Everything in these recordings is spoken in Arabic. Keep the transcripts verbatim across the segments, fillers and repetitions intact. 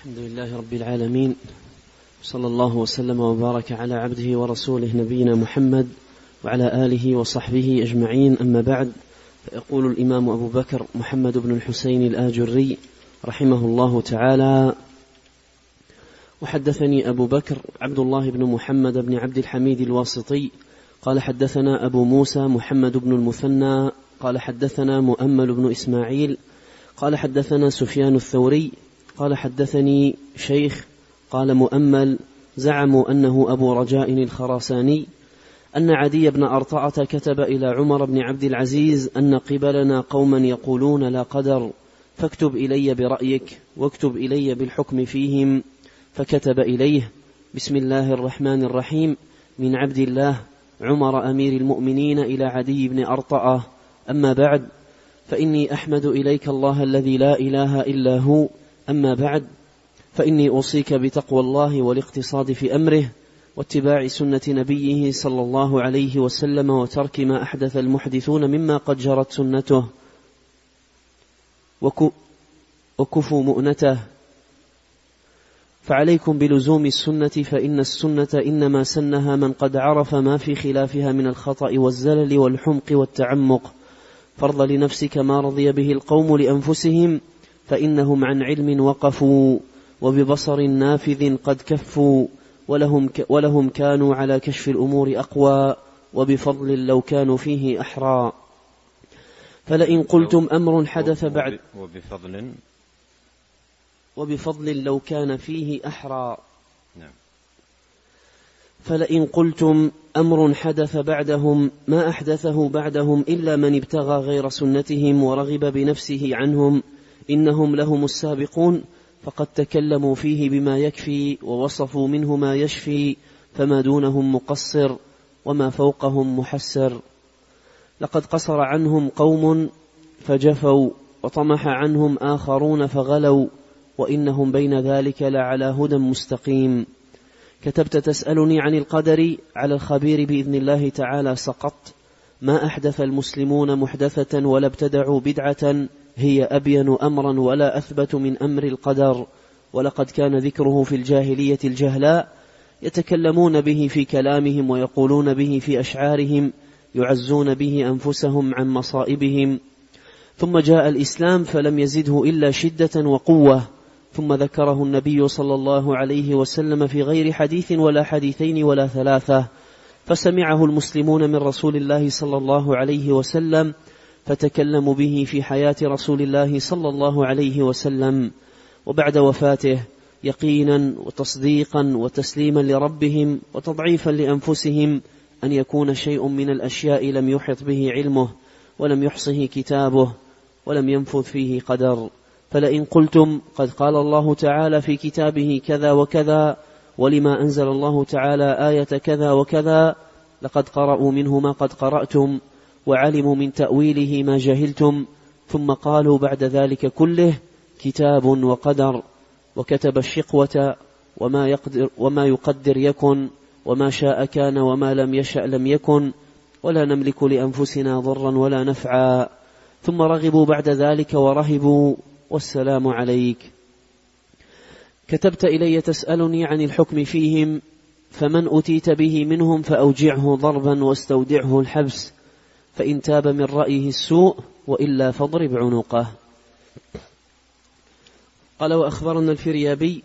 الحمد لله رب العالمين، صلى الله وسلم وبارك على عبده ورسوله نبينا محمد وعلى آله وصحبه أجمعين، أما بعد. فيقول الإمام أبو بكر محمد بن الحسين الآجري رحمه الله تعالى: وحدثني أبو بكر عبد الله بن محمد بن عبد الحميد الواسطي قال حدثنا أبو موسى محمد بن المثنى قال حدثنا مؤمل بن إسماعيل قال حدثنا سفيان الثوري قال حدثني شيخ قال مؤمل زعموا أنه أبو رجاء الخراساني أن عدي بن أرطعة كتب إلى عمر بن عبد العزيز أن قبلنا قوما يقولون لا قدر، فاكتب إلي برأيك واكتب إلي بالحكم فيهم. فكتب إليه: بسم الله الرحمن الرحيم، من عبد الله عمر أمير المؤمنين إلى عدي بن أرطعة، أما بعد، فإني أحمد إليك الله الذي لا إله إلا هو، أما بعد، فإني أوصيك بتقوى الله والاقتصاد في أمره واتباع سنة نبيه صلى الله عليه وسلم وترك ما أحدث المحدثون مما قد جرت سنته، وكفوا مؤنته. فعليكم بلزوم السنة، فإن السنة إنما سنها من قد عرف ما في خلافها من الخطأ والزلل والحمق والتعمق. فرض لنفسك ما رضي به القوم لأنفسهم، فإنهم عن علم وقفوا وببصر نافذ قد كفوا، ولهم, ك ولهم كانوا على كشف الأمور أقوى، وبفضل لو كانوا فيه أحرى. فلئن قلتم أمر حدث بعد وبفضل وبفضل لو كان فيه أحرى نعم. فلئن قلتم أمر حدث بعدهم ما أحدثه بعدهم إلا من ابتغى غير سنتهم ورغب بنفسه عنهم، إنهم لهم السابقون، فقد تكلموا فيه بما يكفي ووصفوا منه ما يشفي، فما دونهم مقصر وما فوقهم محسر. لقد قصر عنهم قوم فجفوا، وطمح عنهم آخرون فغلوا، وإنهم بين ذلك لعلى هدى مستقيم. كتبت تسألني عن القدر، على الخبير بإذن الله تعالى سقطت. ما أحدث المسلمون محدثة ولا ابتدعوا بدعة هي أبين أمرا ولا أثبت من أمر القدر، ولقد كان ذكره في الجاهلية الجهلاء يتكلمون به في كلامهم ويقولون به في أشعارهم، يعزون به أنفسهم عن مصائبهم. ثم جاء الإسلام فلم يزده إلا شدة وقوة، ثم ذكره النبي صلى الله عليه وسلم في غير حديث ولا حديثين ولا ثلاثة، فسمعه المسلمون من رسول الله صلى الله عليه وسلم، فتكلموا به في حياة رسول الله صلى الله عليه وسلم وبعد وفاته، يقينا وتصديقا وتسليما لربهم وتضعيفا لأنفسهم أن يكون شيء من الأشياء لم يحط به علمه ولم يحصه كتابه ولم ينفذ فيه قدر. فلئن قلتم قد قال الله تعالى في كتابه كذا وكذا، ولما أنزل الله تعالى آية كذا وكذا، لقد قرأوا منه ما قد قرأتم وعلموا من تأويله ما جهلتم، ثم قالوا بعد ذلك كله كتاب وقدر، وكتب الشقوة وما يقدر, وما يقدر يكن، وما شاء كان وما لم يشأ لم يكن، ولا نملك لأنفسنا ضرا ولا نفعا، ثم رغبوا بعد ذلك ورهبوا، والسلام عليك. كتبت إلي تسألني عن الحكم فيهم، فمن أتيت به منهم فأوجعه ضربا واستودعه الحبس، فإن تاب من رأيه السوء وإلا فاضرب عنقه. قال: وأخبرنا الفريابي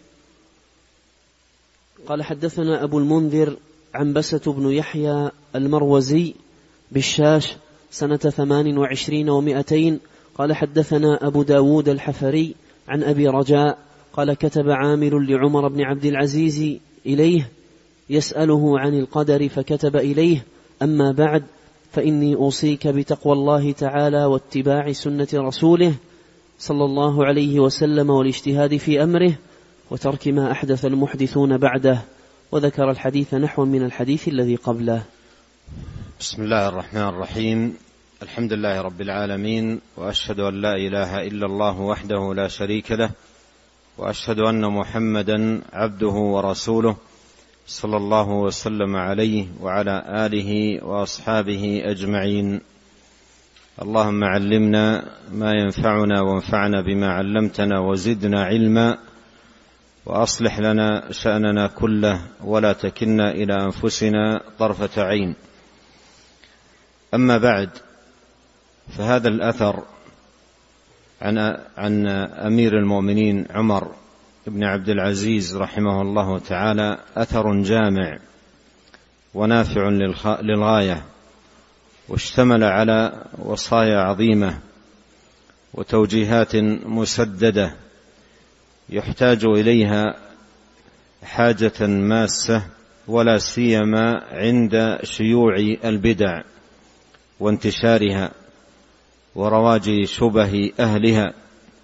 قال حدثنا أبو المنذر عنبسة بن يحيى المروزي بالشاش سنة ثمان وعشرين ومائتين قال حدثنا أبو داود الحفري عن أبي رجاء قال كتب عامل لعمر بن عبد العزيز إليه يسأله عن القدر، فكتب إليه: أما بعد، فإني أوصيك بتقوى الله تعالى واتباع سنة رسوله صلى الله عليه وسلم والاجتهاد في أمره وترك ما أحدث المحدثون بعده. وذكر الحديث نحو من الحديث الذي قبله. بسم الله الرحمن الرحيم، الحمد لله رب العالمين، وأشهد أن لا إله إلا الله وحده لا شريك له، وأشهد أن محمدا عبده ورسوله صلى الله وسلم عليه وعلى آله وأصحابه أجمعين. اللهم علمنا ما ينفعنا وانفعنا بما علمتنا وزدنا علما، وأصلح لنا شأننا كله ولا تكلنا إلى أنفسنا طرفة عين. أما بعد، فهذا الأثر عن عن أمير المؤمنين عمر بن عبد العزيز رحمه الله تعالى أثر جامع ونافع للغاية، واشتمل على وصايا عظيمة وتوجيهات مسددة يحتاج إليها حاجة ماسة، ولا سيما عند شيوع البدع وانتشارها ورواج شبه أهلها.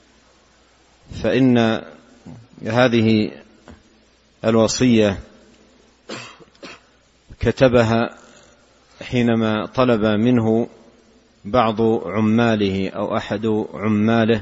فإن هذه الوصية كتبها حينما طلب منه بعض عماله أو أحد عماله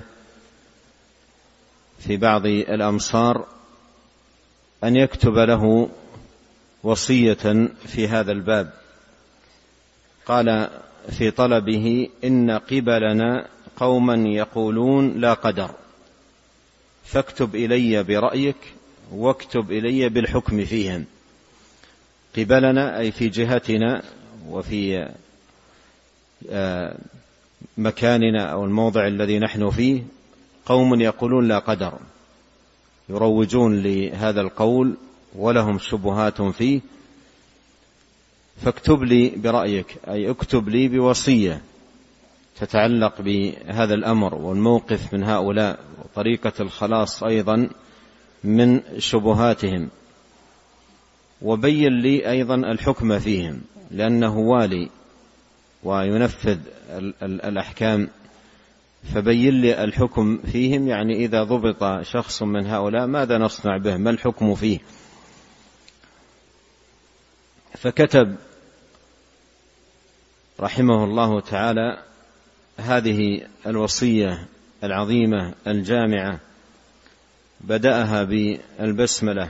في بعض الأمصار أن يكتب له وصية في هذا الباب. قال في طلبه: إن قبلنا قوما يقولون لا قدر، فاكتب إلي برأيك واكتب إلي بالحكم فيهم. قبلنا أي في جهتنا وفي مكاننا أو الموضع الذي نحن فيه قوم يقولون لا قدر، يروجون لهذا القول ولهم شبهات فيه، فاكتب لي برأيك أي اكتب لي بوصية تتعلق بهذا الأمر والموقف من هؤلاء وطريقة الخلاص أيضا من شبهاتهم، وبين لي أيضا الحكم فيهم، لأنه والي وينفذ الأحكام، فبين لي الحكم فيهم، يعني إذا ضبط شخص من هؤلاء ماذا نصنع به، ما الحكم فيه. فكتب رحمه الله تعالى هذه الوصية العظيمة الجامعة، بدأها بالبسملة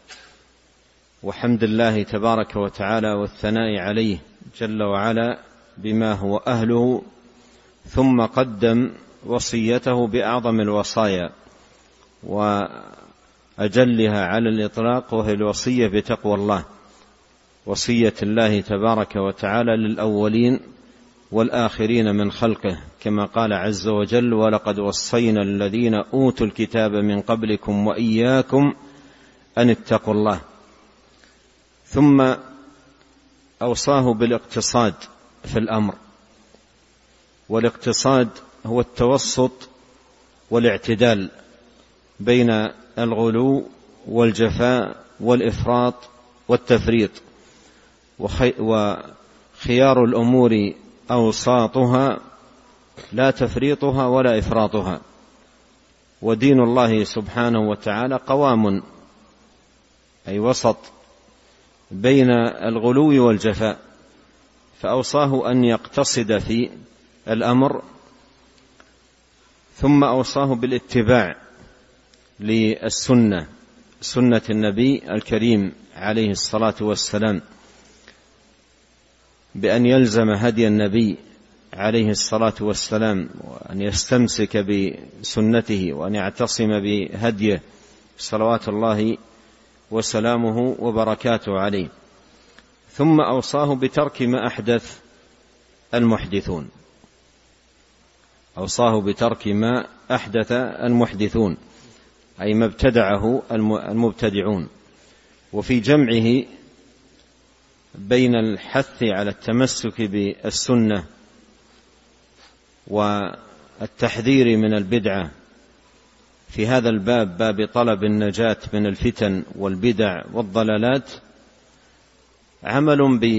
وحمد الله تبارك وتعالى والثناء عليه جل وعلا بما هو أهله، ثم قدم وصيته بأعظم الوصايا وأجلها على الإطلاق، وهي الوصية بتقوى الله، وصية الله تبارك وتعالى للأولين والآخرين من خلقه، كما قال عز وجل: ولقد وصينا الذين أوتوا الكتاب من قبلكم وإياكم أن اتقوا الله. ثم أوصاه بالاقتصاد في الأمر، والاقتصاد هو التوسط والاعتدال بين الغلو والجفاء والإفراط والتفريط، وخيار الأمور أوساطها لا تفريطها ولا إفراطها، ودين الله سبحانه وتعالى قوام أي وسط بين الغلو والجفاء، فأوصاه أن يقتصد في الأمر، ثم أوصاه بالاتباع للسنة، سنة النبي الكريم عليه الصلاة والسلام، بأن يلزم هدي النبي عليه الصلاة والسلام، وأن يستمسك بسنته، وأن يعتصم بهديه صلوات الله وسلامه وبركاته عليه. ثم أوصاه بترك ما أحدث المحدثون، أوصاه بترك ما أحدث المحدثون أي ما ابتدعه المبتدعون، وفي جمعه بين الحث على التمسك بالسنة والتحذير من البدعة في هذا الباب، باب طلب النجاة من الفتن والبدع والضلالات، عمل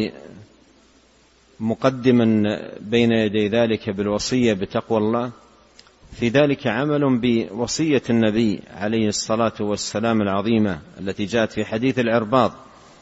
مقدما بين يدي ذلك بالوصية بتقوى الله، في ذلك عمل بوصية النبي عليه الصلاة والسلام العظيمة التي جاءت في حديث العرباض،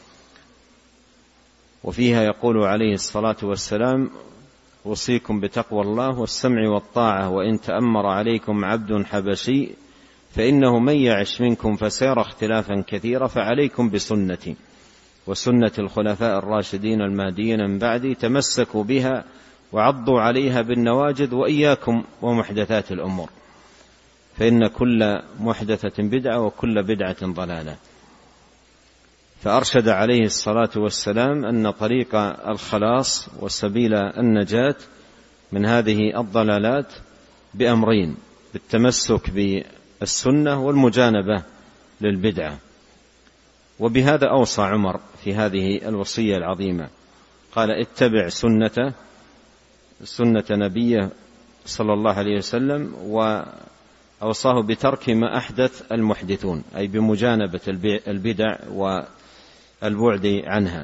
وفيها يقول عليه الصلاة والسلام: أوصيكم بتقوى الله والسمع والطاعة، وإن تأمر عليكم عبد حبشي فإنه من يعش منكم فسيرى اختلافا كثيرا، فعليكم بسنتي وسنة الخلفاء الراشدين المهديين من بعدي، تمسكوا بها وعضوا عليها بالنواجذ، وإياكم ومحدثات الأمور. فإن كل محدثة بدعة وكل بدعة ضلالة. فأرشد عليه الصلاة والسلام أن طريق الخلاص وسبيل النجاة من هذه الضلالات بأمرين: بالتمسك بالسنة والمجانبة للبدعة. وبهذا أوصى عمر في هذه الوصية العظيمة، قال: اتبع سنة سنة نبيه صلى الله عليه وسلم، وأوصاه بترك ما أحدث المحدثون، أي بمجانبة البدع والبعد عنها.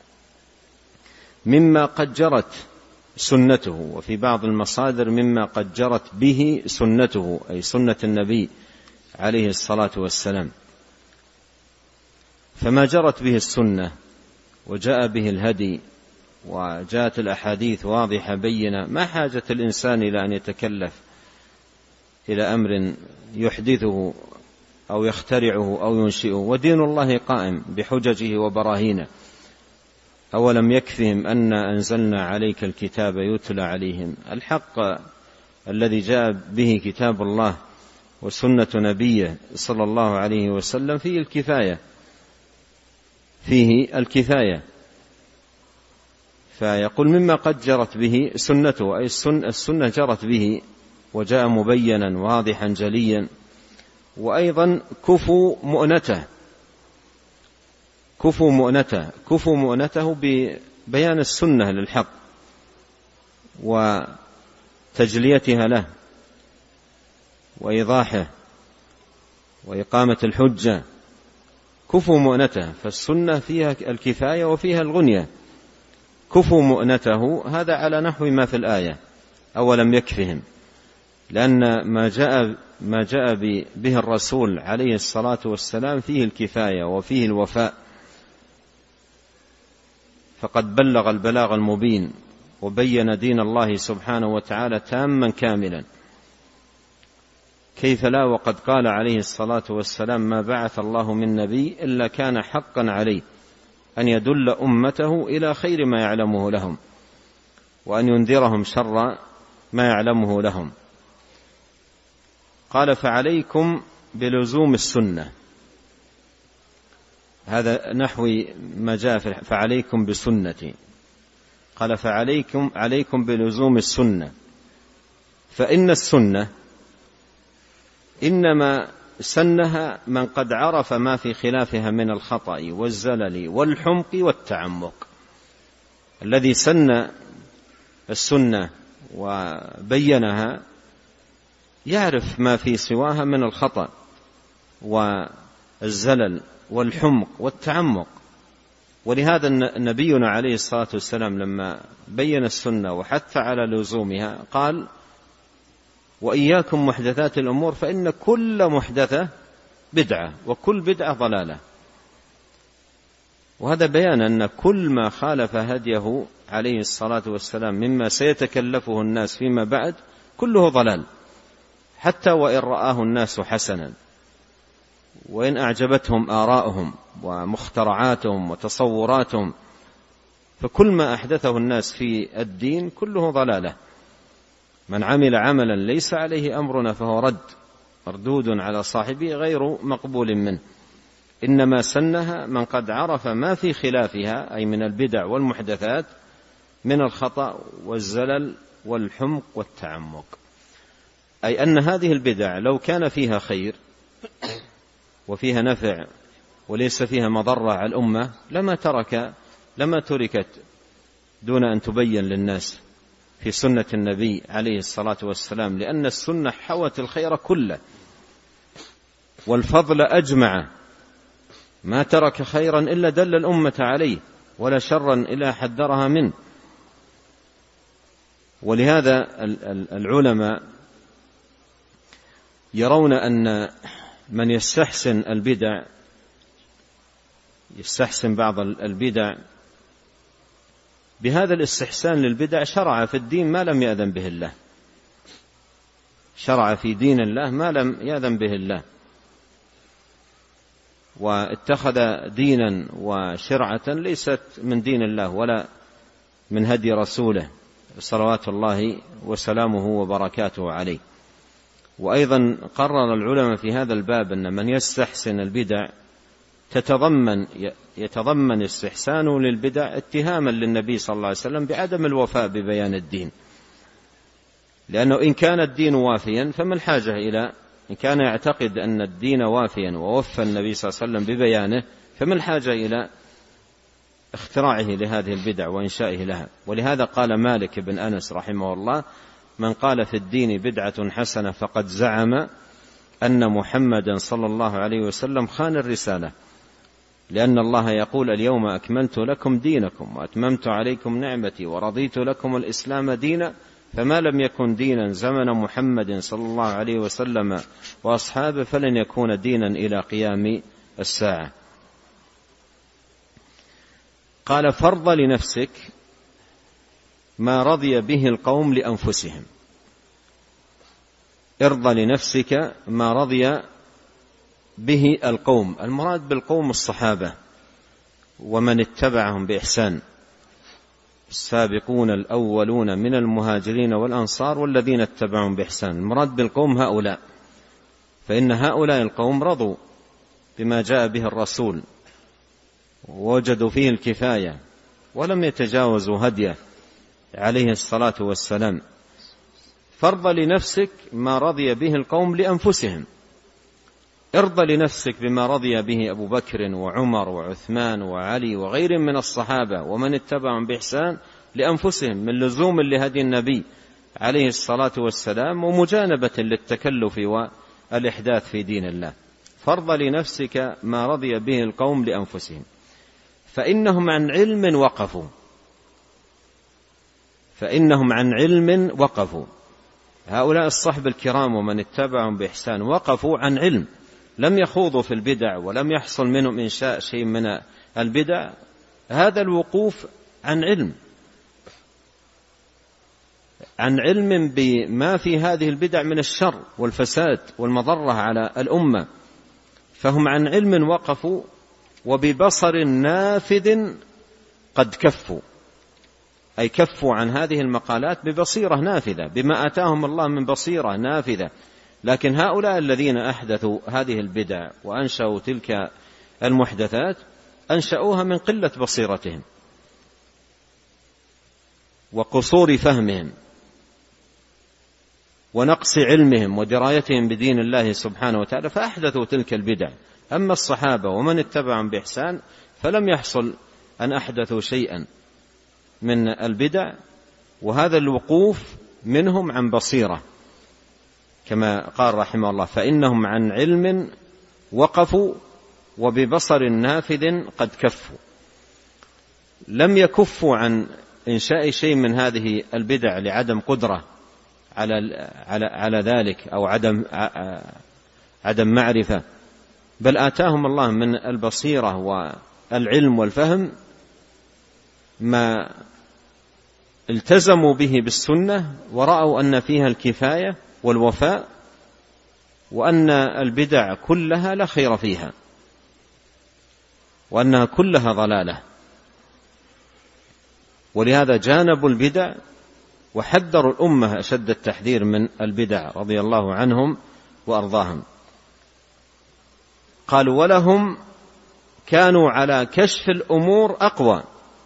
مما قد جرت سنته، وفي بعض المصادر مما قد جرت به سنته، أي سنة النبي عليه الصلاة والسلام. فما جرت به السنة وجاء به الهدي وجاءت الأحاديث واضحة بينة، ما حاجة الإنسان إلى أن يتكلف إلى أمر يحدثه أو يخترعه أو ينشئه، ودين الله قائم بحججه وبراهينه. أولم يكفهم أن أنزلنا عليك الكتاب يتلى عليهم. الحق الذي جاء به كتاب الله وسنة نبيه صلى الله عليه وسلم فيه الكفاية فيه الكفاية فيقول: مما قد جرت به سنته، أي السنة جرت به وجاء مبينا واضحا جليا. وأيضا كفوا مؤنته كفوا مؤنته كفوا مؤنته ببيان السنة للحق وتجليتها له وإيضاحه وإقامة الحجة. كفوا مؤنته، فالسنة فيها الكفاية وفيها الغنية. كفوا مؤنته هذا على نحو ما في الآية: أولم يكفهم، لأن ما جاء ما جاء به الرسول عليه الصلاة والسلام فيه الكفاية وفيه الوفاء، فقد بلغ البلاغ المبين وبين دين الله سبحانه وتعالى تاما كاملا. كيف لا، وقد قال عليه الصلاة والسلام: ما بعث الله من نبي إلا كان حقا عليه أن يدل أمته إلى خير ما يعلمه لهم وأن ينذرهم شر ما يعلمه لهم. قال: فعليكم بلزوم السنة. هذا نحو ما جاء فعليكم بسنتي. قال: فعليكم عليكم بلزوم السنة، فإن السنة إنما سنها من قد عرف ما في خلافها من الخطأ والزلل والحمق والتعمق. الذي سن السنة وبينها يعرف ما في سواها من الخطأ والزلل والحمق والتعمق. ولهذا نبينا عليه الصلاة والسلام لما بين السنة وحث على لزومها قال: وإياكم محدثات الأمور فإن كل محدثة بدعة وكل بدعة ضلالة. وهذا بيان أن كل ما خالف هديه عليه الصلاة والسلام مما سيتكلفه الناس فيما بعد كله ضلال، حتى وإن رآه الناس حسنا، وإن أعجبتهم آراؤهم ومخترعاتهم وتصوراتهم، فكل ما أحدثه الناس في الدين كله ضلالة. من عمل عملا ليس عليه أمرنا فهو رد مردود على صاحبه غير مقبول منه. إنما سنها من قد عرف ما في خلافها، أي من البدع والمحدثات، من الخطأ والزلل والحمق والتعمق. أي أن هذه البدع لو كان فيها خير وفيها نفع وليس فيها مضرة على الأمة لما ترك لما تركت دون أن تبين للناس في سنة النبي عليه الصلاة والسلام، لأن السنة حوت الخير كله والفضل أجمع، ما ترك خيرا إلا دل الأمة عليه، ولا شرا إلا حذرها منه. ولهذا العلماء يرون أن من يستحسن البدع يستحسن بعض البدع بهذا الاستحسان للبدع شرع في الدين ما لم يأذن به الله، شرع في دين الله ما لم يأذن به الله، واتخذ دينا وشرعة ليست من دين الله ولا من هدي رسوله صلوات الله وسلامه وبركاته عليه. وأيضا قرر العلماء في هذا الباب أن من يستحسن البدع تتضمن يتضمن استحسانه للبدع اتهاما للنبي صلى الله عليه وسلم بعدم الوفاء ببيان الدين، لأنه إن كان الدين وافيا فما الحاجة إلى إن كان يعتقد أن الدين وافيا ووفى النبي صلى الله عليه وسلم ببيانه فما الحاجة إلى اختراعه لهذه البدع وإنشائه لها. ولهذا قال مالك بن أنس رحمه الله: من قال في الدين بدعة حسنة فقد زعم أن محمدا صلى الله عليه وسلم خان الرسالة، لأن الله يقول: اليوم أكملت لكم دينكم وأتممت عليكم نعمتي ورضيت لكم الإسلام دينا، فما لم يكن دينا زمن محمد صلى الله عليه وسلم وأصحابه فلن يكون دينا إلى قيام الساعة. قال: فرض لنفسك ما رضي به القوم لأنفسهم. ارضى لنفسك ما رضي به القوم، المراد بالقوم الصحابة ومن اتبعهم بإحسان، السابقون الأولون من المهاجرين والأنصار والذين اتبعهم بإحسان. المراد بالقوم هؤلاء، فإن هؤلاء القوم رضوا بما جاء به الرسول ووجدوا فيه الكفاية ولم يتجاوزوا هديه عليه الصلاة والسلام. فرض لنفسك ما رضي به القوم لأنفسهم. ارضى لنفسك بما رضي به أبو بكر وعمر وعثمان وعلي وغير من الصحابة ومن اتبعهم بإحسان لأنفسهم من لزوم لهدي النبي عليه الصلاة والسلام ومجانبة للتكلف والإحداث في دين الله. فرض لنفسك ما رضي به القوم لأنفسهم فإنهم عن علم وقفوا فإنهم عن علم وقفوا هؤلاء الصحب الكرام ومن اتبعهم بإحسان وقفوا عن علم، لم يخوضوا في البدع ولم يحصل منهم إنشاء شيء من البدع. هذا الوقوف عن علم عن علم بما في هذه البدع من الشر والفساد والمضرة على الأمة، فهم عن علم وقفوا وببصر نافذ قد كفوا، أي كفوا عن هذه المقالات ببصيرة نافذة بما آتاهم الله من بصيرة نافذة. لكن هؤلاء الذين أحدثوا هذه البدع وأنشأوا تلك المحدثات أنشأوها من قلة بصيرتهم وقصور فهمهم ونقص علمهم ودرايتهم بدين الله سبحانه وتعالى، فأحدثوا تلك البدع. أما الصحابة ومن اتبعهم بإحسان فلم يحصل أن أحدثوا شيئا من البدع، وهذا الوقوف منهم عن بصيرة كما قال رحمه الله: فإنهم عن علم وقفوا وببصر نافذ قد كفوا. لم يكفوا عن إنشاء شيء من هذه البدع لعدم قدرة على على على ذلك أو عدم عدم معرفة، بل آتاهم الله من البصيرة والعلم والفهم ما التزموا به بالسنة ورأوا أن فيها الكفاية والوفاء، وأن البدع كلها لا خير فيها وأنها كلها ضلالة. ولهذا جانبوا البدع وحذروا الأمة أشد التحذير من البدع رضي الله عنهم وأرضاهم. قالوا: ولهم كانوا على كشف الأمور أقوى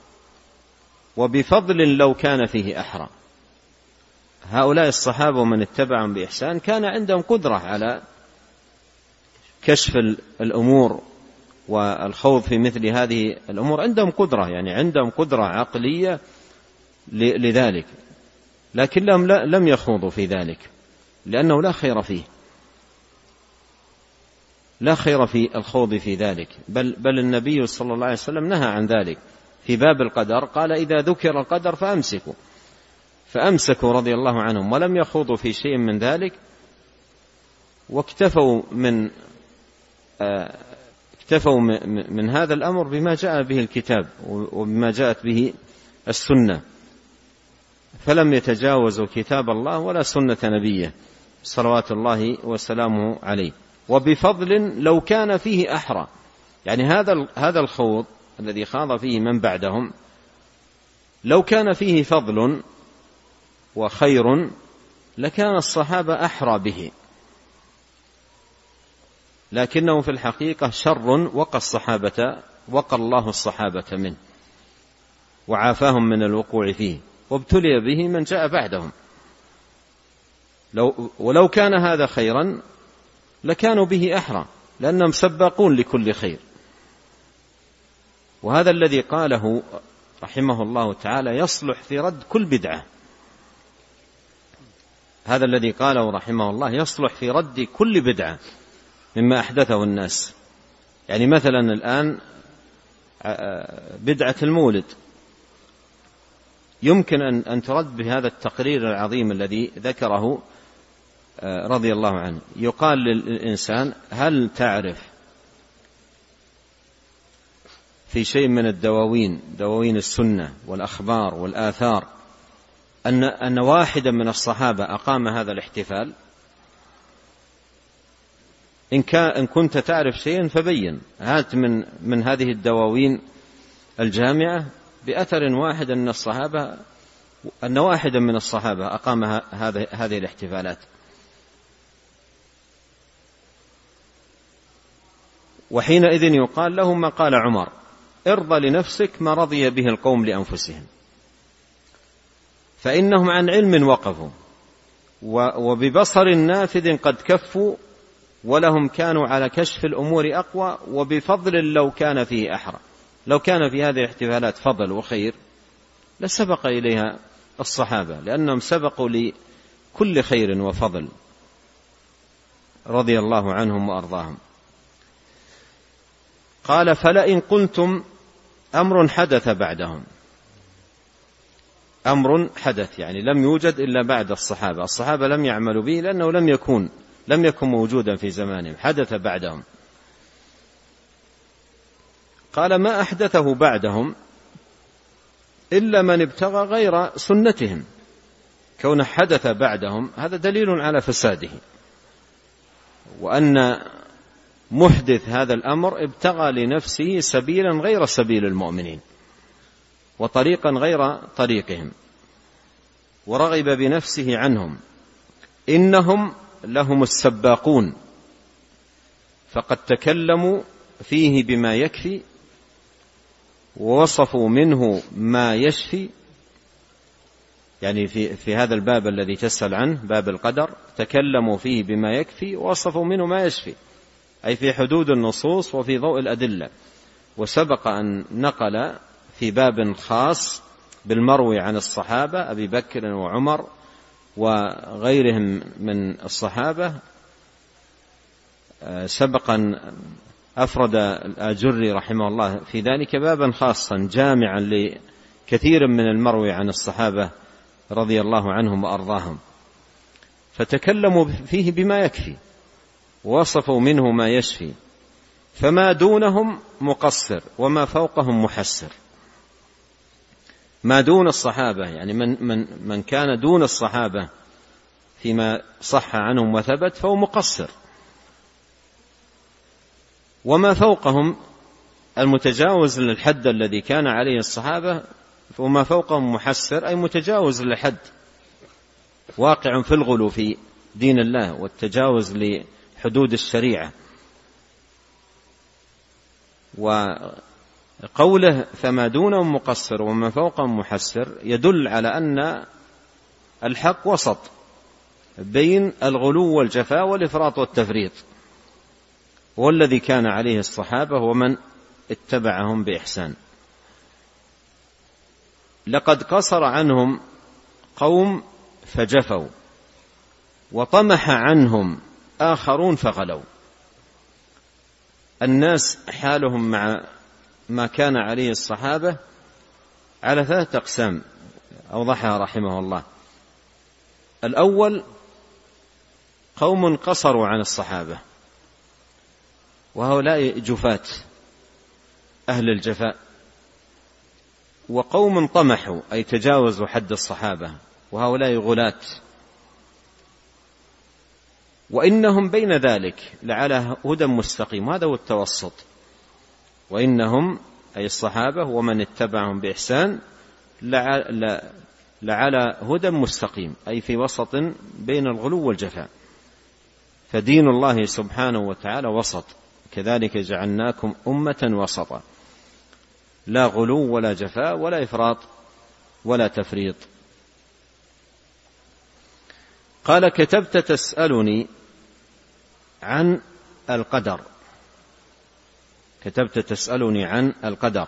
وبفضل لو كان فيه أحرى. هؤلاء الصحابة ومن اتبعهم بإحسان كان عندهم قدرة على كشف الأمور والخوض في مثل هذه الأمور، عندهم قدرة يعني عندهم قدرة عقلية لذلك، لكن لم, لم يخوضوا في ذلك لأنه لا خير فيه لا خير في الخوض في ذلك. بل, بل النبي صلى الله عليه وسلم نهى عن ذلك في باب القدر، قال: إذا ذكر القدر فأمسكوا فأمسكوا رضي الله عنهم ولم يخوضوا في شيء من ذلك، واكتفوا من آه اكتفوا من هذا الأمر بما جاء به الكتاب وبما جاءت به السنة، فلم يتجاوزوا كتاب الله ولا سنة نبيه صلوات الله وسلامه عليه. وبفضل لو كان فيه أحرى، يعني هذا هذا الخوض الذي خاض فيه من بعدهم لو كان فيه فضل وخير لكان الصحابة أحرى به لكنه في الحقيقة شر وقى الصحابة وقى الله الصحابة منه وعافاهم من الوقوع فيه، وابتلي به من جاء بعدهم. لو ولو كان هذا خيرا لكانوا به أحرى، لأنهم سباقون لكل خير. وهذا الذي قاله رحمه الله تعالى يصلح في رد كل بدعة. هذا الذي قاله رحمه الله يصلح في رد كل بدعة مما أحدثه الناس. يعني مثلا الآن بدعة المولد يمكن أن ترد بهذا التقرير العظيم الذي ذكره رضي الله عنه. يقال للإنسان: هل تعرف في شيء من الدواوين دواوين السنة والأخبار والآثار أن أن واحدا من الصحابة أقام هذا الاحتفال؟ إن إن كنت تعرف شيئا فبين، هات من من هذه الدواوين الجامعة بأثر واحد أن الصحابة أن واحدا من الصحابة أقام هذه هذه الاحتفالات. وحينئذ يقال له ما قال عمر: ارضى لنفسك ما رضي به القوم لأنفسهم، فإنهم عن علم وقفوا وببصر نافذ قد كفوا، ولهم كانوا على كشف الأمور أقوى، وبفضل لو كان فيه أحرى. لو كان في هذه الاحتفالات فضل وخير لسبق إليها الصحابة، لأنهم سبقوا لكل خير وفضل رضي الله عنهم وأرضاهم. قال: فلئن قلتم أمر حدث بعدهم. أمر حدث يعني لم يوجد إلا بعد الصحابة، الصحابة لم يعملوا به لأنه لم يكون لم يكن موجودا في زمانهم، حدث بعدهم. قال: ما أحدثه بعدهم إلا من ابتغى غير سنتهم. كون حدث بعدهم هذا دليل على فساده، وأن محدث هذا الأمر ابتغى لنفسه سبيلا غير سبيل المؤمنين وطريقا غير طريقهم، ورغب بنفسه عنهم. إنهم لهم السباقون، فقد تكلموا فيه بما يكفي ووصفوا منه ما يشفي. يعني في, في هذا الباب الذي تسأل عنه، باب القدر، تكلموا فيه بما يكفي ووصفوا منه ما يشفي، أي في حدود النصوص وفي ضوء الأدلة. وسبق أن نقل في باب خاص بالمروي عن الصحابة أبي بكر وعمر وغيرهم من الصحابة، سبقا أفرد الآجري رحمه الله في ذلك بابا خاصا جامعا لكثير من المروي عن الصحابة رضي الله عنهم وأرضاهم، فتكلموا فيه بما يكفي ووصفوا منه ما يشفي، فما دونهم مقصر وما فوقهم محسر. ما دون الصحابة يعني من, من, من كان دون الصحابة فيما صح عنهم وثبت فهو مقصر، وما فوقهم المتجاوز للحد الذي كان عليه الصحابة، وما فوقهم محسر أي متجاوز للحد، واقع في الغلو في دين الله والتجاوز لحدود الشريعة. وقوله فما دونهم مقصر وما فوقهم محسر يدل على أن الحق وسط بين الغلو والجفاء والإفراط والتفريط، والذي كان عليه الصحابة ومن اتبعهم بإحسان. لقد قصر عنهم قوم فجفوا، وطمح عنهم آخرون فغلوا. الناس حالهم مع ما كان عليه الصحابة على ثلاثة أقسام أوضحها رحمه الله. الأول قوم قصروا عن الصحابة، وهؤلاء جفاة أهل الجفاء، وقوم طمحوا أي تجاوزوا حد الصحابة، وهؤلاء غلاة، وإنهم بين ذلك لعلى هدى مستقيم، هذا هو التوسط. وإنهم أي الصحابة ومن اتبعهم بإحسان لعلى هدى مستقيم، أي في وسط بين الغلو والجفاء. فدين الله سبحانه وتعالى وسط، كذلك جعلناكم أمة وسطا، لا غلو ولا جفاء ولا إفراط ولا تفريط. قال: كتبت تسألني عن القدر، كتبت تسألني عن القدر،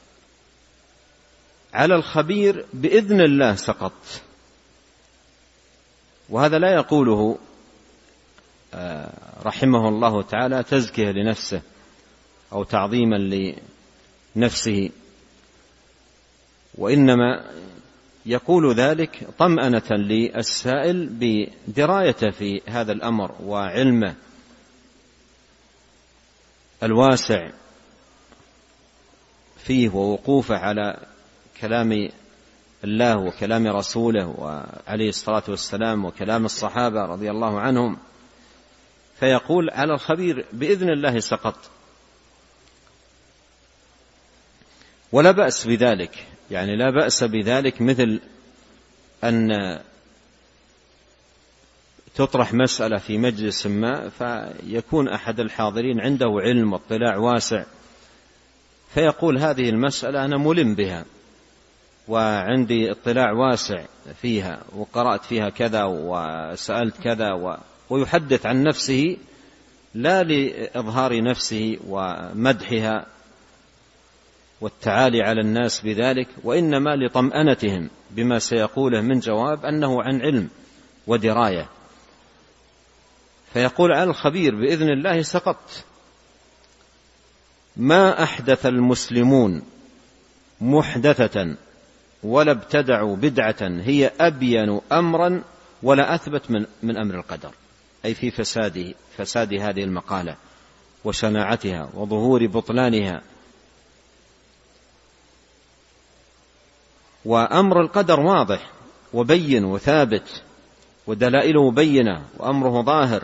على الخبير بإذن الله سقط. وهذا لا يقوله رحمه الله تعالى تزكية لنفسه أو تعظيما لنفسه، وإنما يقول ذلك طمأنة للسائل بدرايته في هذا الأمر وعلمه الواسع فيه ووقوفه على كلام الله وكلام رسوله وعليه الصلاة والسلام وكلام الصحابة رضي الله عنهم، فيقول: على الخبير بإذن الله سقط. ولا بأس بذلك، يعني لا بأس بذلك، مثل أن تطرح مسألة في مجلس ما فيكون أحد الحاضرين عنده علم واطلاع واسع فيقول: هذه المسألة أنا ملم بها وعندي اطلاع واسع فيها وقرأت فيها كذا وسألت كذا و... ويحدث عن نفسه لا لإظهار نفسه ومدحها والتعالي على الناس بذلك، وإنما لطمأنتهم بما سيقوله من جواب أنه عن علم ودراية. فيقول: على الخبير بإذن الله سقط. ما أحدث المسلمون محدثة ولا ابتدعوا بدعة هي أبين أمرا ولا أثبت من, من أمر القدر، أي في فساده فساد هذه المقالة وشناعتها وظهور بطلانها. وأمر القدر واضح وبين وثابت ودلائله بينة وأمره ظاهر،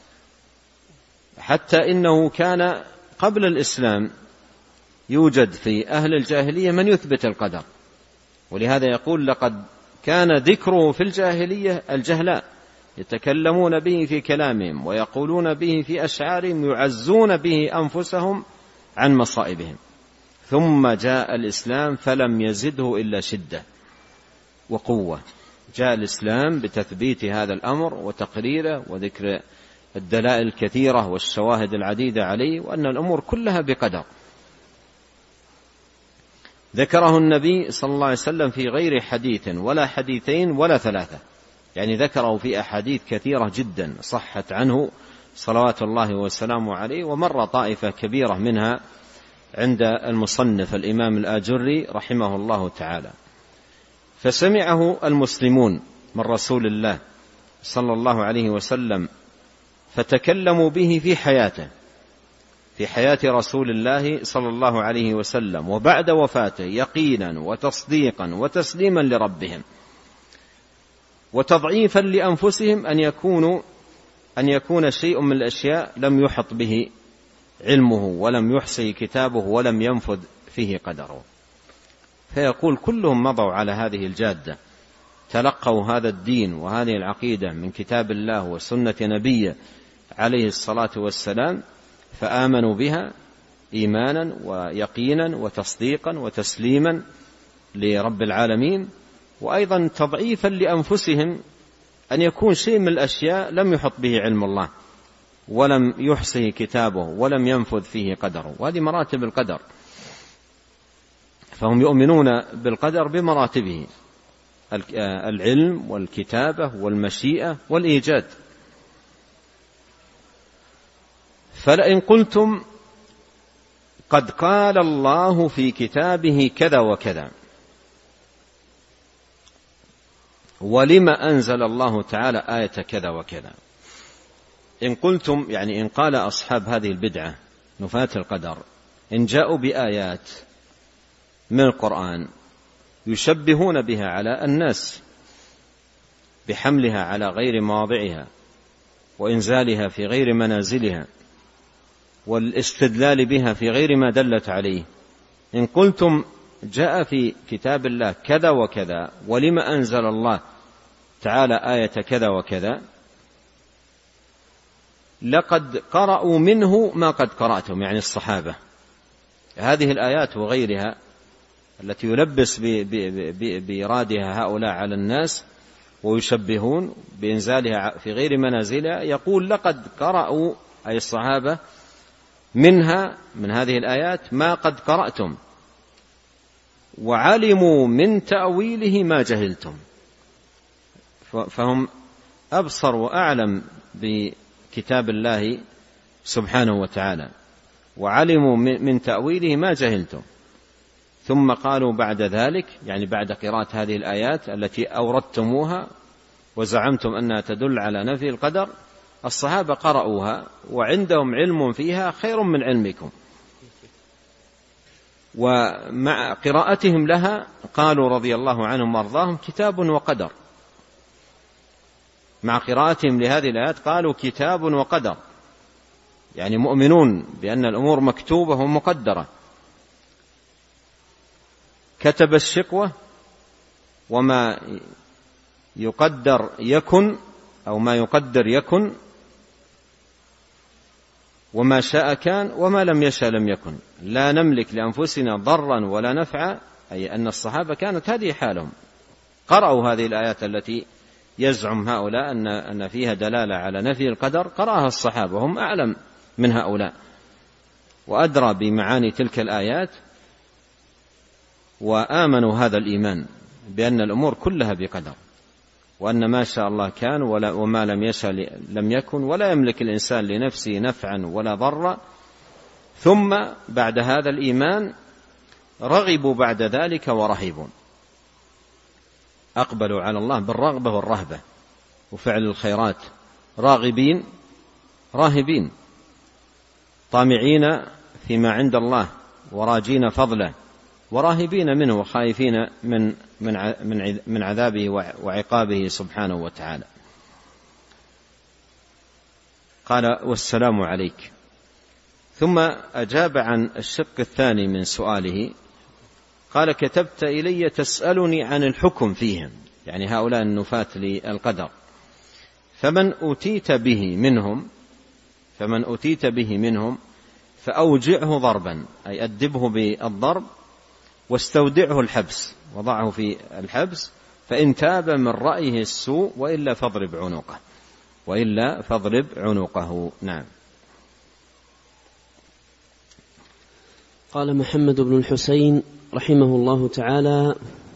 حتى إنه كان قبل الإسلام يوجد في أهل الجاهلية من يثبت القدر، ولهذا يقول: لقد كان ذكره في الجاهلية الجهلاء يتكلمون به في كلامهم ويقولون به في أشعارهم يعزون به أنفسهم عن مصائبهم، ثم جاء الإسلام فلم يزده إلا شدة وقوة. جاء الإسلام بتثبيت هذا الأمر وتقريره وذكر الدلائل الكثيرة والشواهد العديدة عليه، وأن الأمور كلها بقدر. ذكره النبي صلى الله عليه وسلم في غير حديث ولا حديثين ولا ثلاثة، يعني ذكره في أحاديث كثيرة جدا صحت عنه صلوات الله وسلامه عليه، ومر طائفة كبيرة منها عند المصنف الإمام الآجري رحمه الله تعالى. فسمعه المسلمون من رسول الله صلى الله عليه وسلم فتكلموا به في حياته، في حياة رسول الله صلى الله عليه وسلم وبعد وفاته، يقينا وتصديقا وتسليما لربهم، وتضعيفا لأنفسهم أن يكونوا أن يكون شيء من الأشياء لم يحط به علمه ولم يحصي كتابه ولم ينفذ فيه قدره. فيقول: كلهم مضوا على هذه الجادة، تلقوا هذا الدين وهذه العقيدة من كتاب الله وسنة نبيه عليه الصلاة والسلام، فآمنوا بها إيمانا ويقينا وتصديقا وتسليما لرب العالمين، وأيضا تضعيفا لأنفسهم أن يكون شيء من الأشياء لم يحط به علم الله ولم يحصه كتابه ولم ينفذ فيه قدره. وهذه مراتب القدر، فهم يؤمنون بالقدر بمراتبه: العلم والكتابة والمشيئة والإيجاد. فلئن قلتم قد قال الله في كتابه كذا وكذا، ولم أنزل الله تعالى آية كذا وكذا. إن قلتم يعني إن قال أصحاب هذه البدعة نفاة القدر، إن جاءوا بآيات من القرآن يشبهون بها على الناس بحملها على غير مواضعها وإنزالها في غير منازلها والاستدلال بها في غير ما دلت عليه، إن قلتم جاء في كتاب الله كذا وكذا ولم أنزل الله تعالى آية كذا وكذا، لقد قرأوا منه ما قد قرأتم، يعني الصحابة. هذه الآيات وغيرها التي يلبس بإرادها هؤلاء على الناس ويشبهون بإنزالها في غير منازلها، يقول لقد قرأوا أي الصحابة منها من هذه الآيات ما قد قرأتم وعلموا من تأويله ما جهلتم. فهم أبصر وأعلم بكتاب الله سبحانه وتعالى، وعلموا من تأويله ما جهلتم. ثم قالوا بعد ذلك، يعني بعد قراءة هذه الآيات التي أوردتموها وزعمتم أنها تدل على نفي القدر، الصحابة قرأوها وعندهم علم فيها خير من علمكم، ومع قراءتهم لها قالوا رضي الله عنهم وارضاهم كتاب وقدر. مع قراءتهم لهذه الآيات قالوا كتاب وقدر، يعني مؤمنون بأن الأمور مكتوبة ومقدرة. كتب الشقوة وما يقدر يكن، أو ما يقدر يكن، وما شاء كان وما لم يشاء لم يكن، لا نملك لأنفسنا ضرا ولا نفعا. أي أن الصحابة كانت هذه حالهم، قرأوا هذه الآيات التي يزعم هؤلاء أن أن فيها دلالة على نفي القدر، قرأها الصحابة، هم أعلم من هؤلاء وأدرى بمعاني تلك الآيات، وآمنوا هذا الإيمان بأن الأمور كلها بقدر، وأن ما شاء الله كان وما لم يشاء لم يكن، ولا يملك الإنسان لنفسه نفعا ولا ضرا. ثم بعد هذا الإيمان رغبوا بعد ذلك ورهبوا، أقبلوا على الله بالرغبة والرهبة وفعل الخيرات، راغبين راهبين، طامعين فيما عند الله وراجين فضله، وراهبين منه وخائفين من من من عذابه وعقابه سبحانه وتعالى. قال والسلام عليك. ثم أجاب عن الشق الثاني من سؤاله، قال كتبت إلي تسألني عن الحكم فيهم، يعني هؤلاء النفاة للقدر، فمن أتيت به منهم فمن أتيت به منهم فأوجعه ضربا، أي أدبه بالضرب، واستودعه الحبس، وضعه في الحبس، فإن تاب من رأيه السوء وإلا فاضرب عنقه وإلا فاضرب عنقه. نعم. قال محمد بن الحسين رحمه الله تعالى: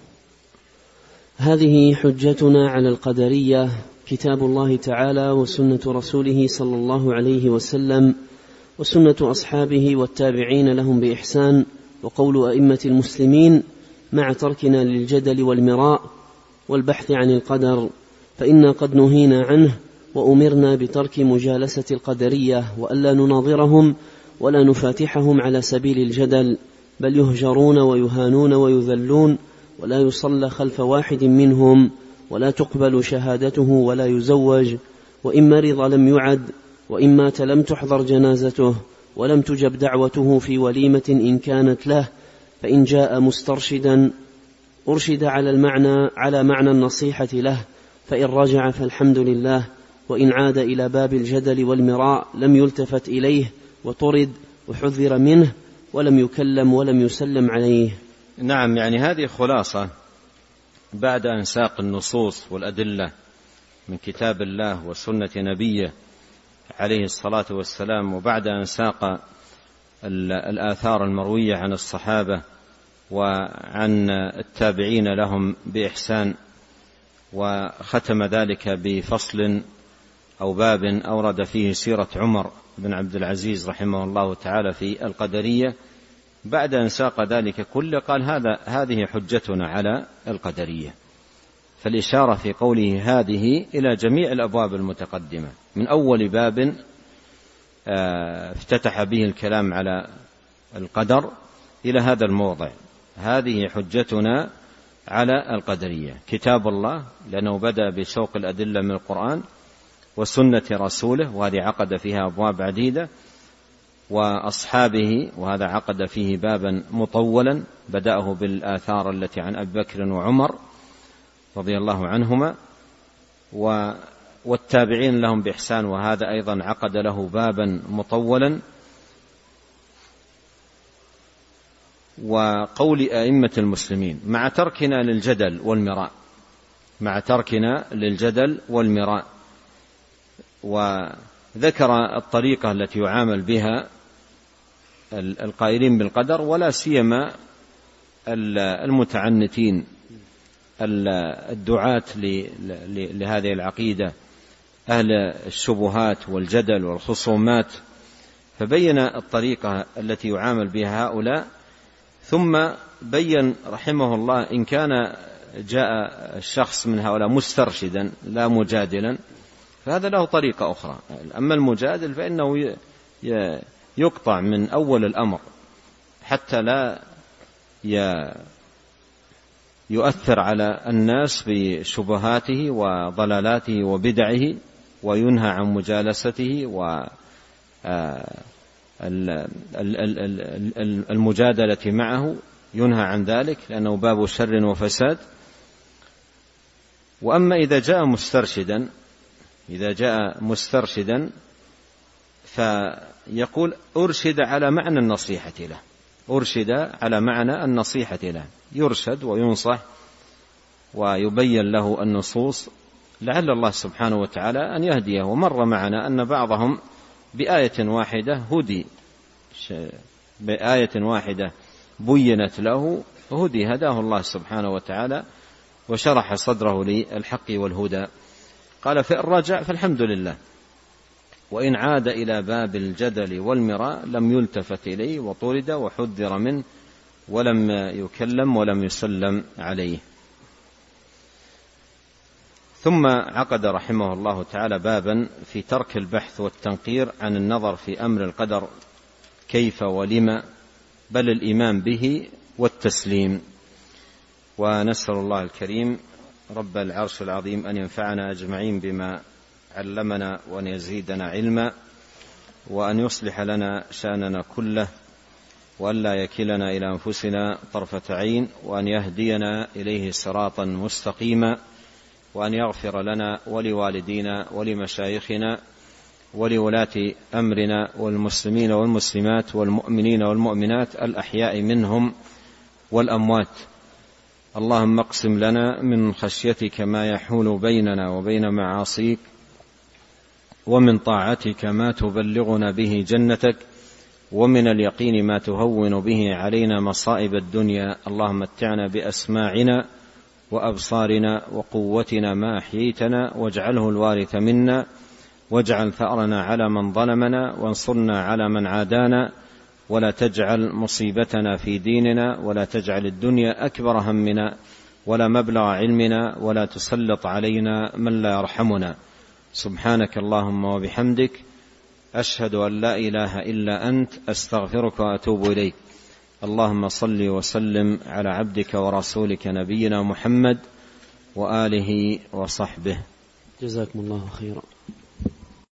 هذه حجتنا على القدرية، كتاب الله تعالى وسنة رسوله صلى الله عليه وسلم وسنة أصحابه والتابعين لهم بإحسان، وقول أئمة المسلمين، مع تركنا للجدل والمراء والبحث عن القدر، فإنا قد نهينا عنه وأمرنا بترك مجالسة القدرية، وألا نناظرهم ولا نفاتحهم على سبيل الجدل، بل يهجرون ويهانون ويذلون، ولا يصلى خلف واحد منهم، ولا تقبل شهادته ولا يزوج، وإن مرض لم يعد، وإن مات لم تحضر جنازته، ولم تجب دعوته في وليمة إن كانت له، فإن جاء مسترشدا أرشد على المعنى على معنى النصيحة له، فإن رجع فالحمد لله، وإن عاد إلى باب الجدل والمراء لم يلتفت إليه وطرد وحذر منه ولم يكلم ولم يسلم عليه. نعم، يعني هذه خلاصة بعد أن ساق النصوص والأدلة من كتاب الله وسنة نبيه عليه الصلاة والسلام، وبعد أن ساق الآثار المروية عن الصحابة وعن التابعين لهم بإحسان، وختم ذلك بفصل أو باب أورد فيه سيرة عمر بن عبد العزيز رحمه الله تعالى في القدرية. بعد أن ساق ذلك كله قال هذا هذه حجتنا على القدرية، فالإشارة في قوله هذه إلى جميع الأبواب المتقدمة من أول باب افتتح به الكلام على القدر إلى هذا الموضع، هذه حجتنا على القدرية، كتاب الله لأنه بدأ بسوق الأدلة من القرآن، وسنة رسوله وهذه عقد فيها أبواب عديدة، وأصحابه وهذا عقد فيه بابا مطولا بدأه بالآثار التي عن أبي بكر وعمر رضي الله عنهما، والتابعين لهم بإحسان، وهذا أيضا عقد له بابا مطولا. وقول أئمة المسلمين مع تركنا للجدل والمراء مع تركنا للجدل والمراء وذكر الطريقة التي يعامل بها القائلين بالقدر، ولا سيما المتعنتين الدعاة لهذه العقيدة أهل الشبهات والجدل والخصومات، فبين الطريقة التي يعامل بها هؤلاء. ثم بين رحمه الله إن كان جاء الشخص من هؤلاء مسترشدا لا مجادلا فهذا له طريقة أخرى. أما المجادل فإنه يقطع من أول الأمر حتى لا يؤثر على الناس بشبهاته وضلالاته وبدعه، وينهى عن مجالسته والمجادلة معه، ينهى عن ذلك لأنه باب شر وفساد. وأما إذا جاء مسترشدا إذا جاء مسترشدا فيقول أرشد على معنى النصيحة له أرشد على معنى النصيحة له يرشد وينصح ويبين له النصوص لعل الله سبحانه وتعالى أن يهديه. ومر معنا أن بعضهم بآية واحدة هدي بآية واحدة بينت له هدي هداه الله سبحانه وتعالى وشرح صدره للحق والهدى. قال فإن رجع فالحمد لله، وإن عاد إلى باب الجدل والمراء لم يلتفت إليه وطرد وحذر منه ولم يكلم ولم يسلم عليه. ثم عقد رحمه الله تعالى بابا في ترك البحث والتنقير عن النظر في أمر القدر كيف ولما، بل الإيمان به والتسليم. ونسأل الله الكريم رب العرش العظيم أن ينفعنا أجمعين بما علمنا وأن يزيدنا علما، وأن يصلح لنا شأننا كله، وأن لا يكلنا إلى أنفسنا طرفة عين، وأن يهدينا إليه صراطا مستقيما، وأن يغفر لنا ولوالدينا ولمشايخنا ولولاة أمرنا والمسلمين والمسلمات والمؤمنين والمؤمنات الأحياء منهم والأموات. اللهم اقسم لنا من خشيتك ما يحول بيننا وبين معاصيك، ومن طاعتك ما تبلغنا به جنتك، ومن اليقين ما تهون به علينا مصائب الدنيا. اللهم متعنا بأسماعنا وأبصارنا وقوتنا ما أحييتنا، واجعله الوارث منا، واجعل ثأرنا على من ظلمنا، وانصرنا على من عادانا، ولا تجعل مصيبتنا في ديننا، ولا تجعل الدنيا أكبر همنا ولا مبلغ علمنا، ولا تسلط علينا من لا يرحمنا. سبحانك اللهم وبحمدك، أشهد أن لا إله إلا أنت، أستغفرك وأتوب إليك. اللهم صل وسلم على عبدك ورسولك نبينا محمد وآله وصحبه. جزاكم الله خيرا.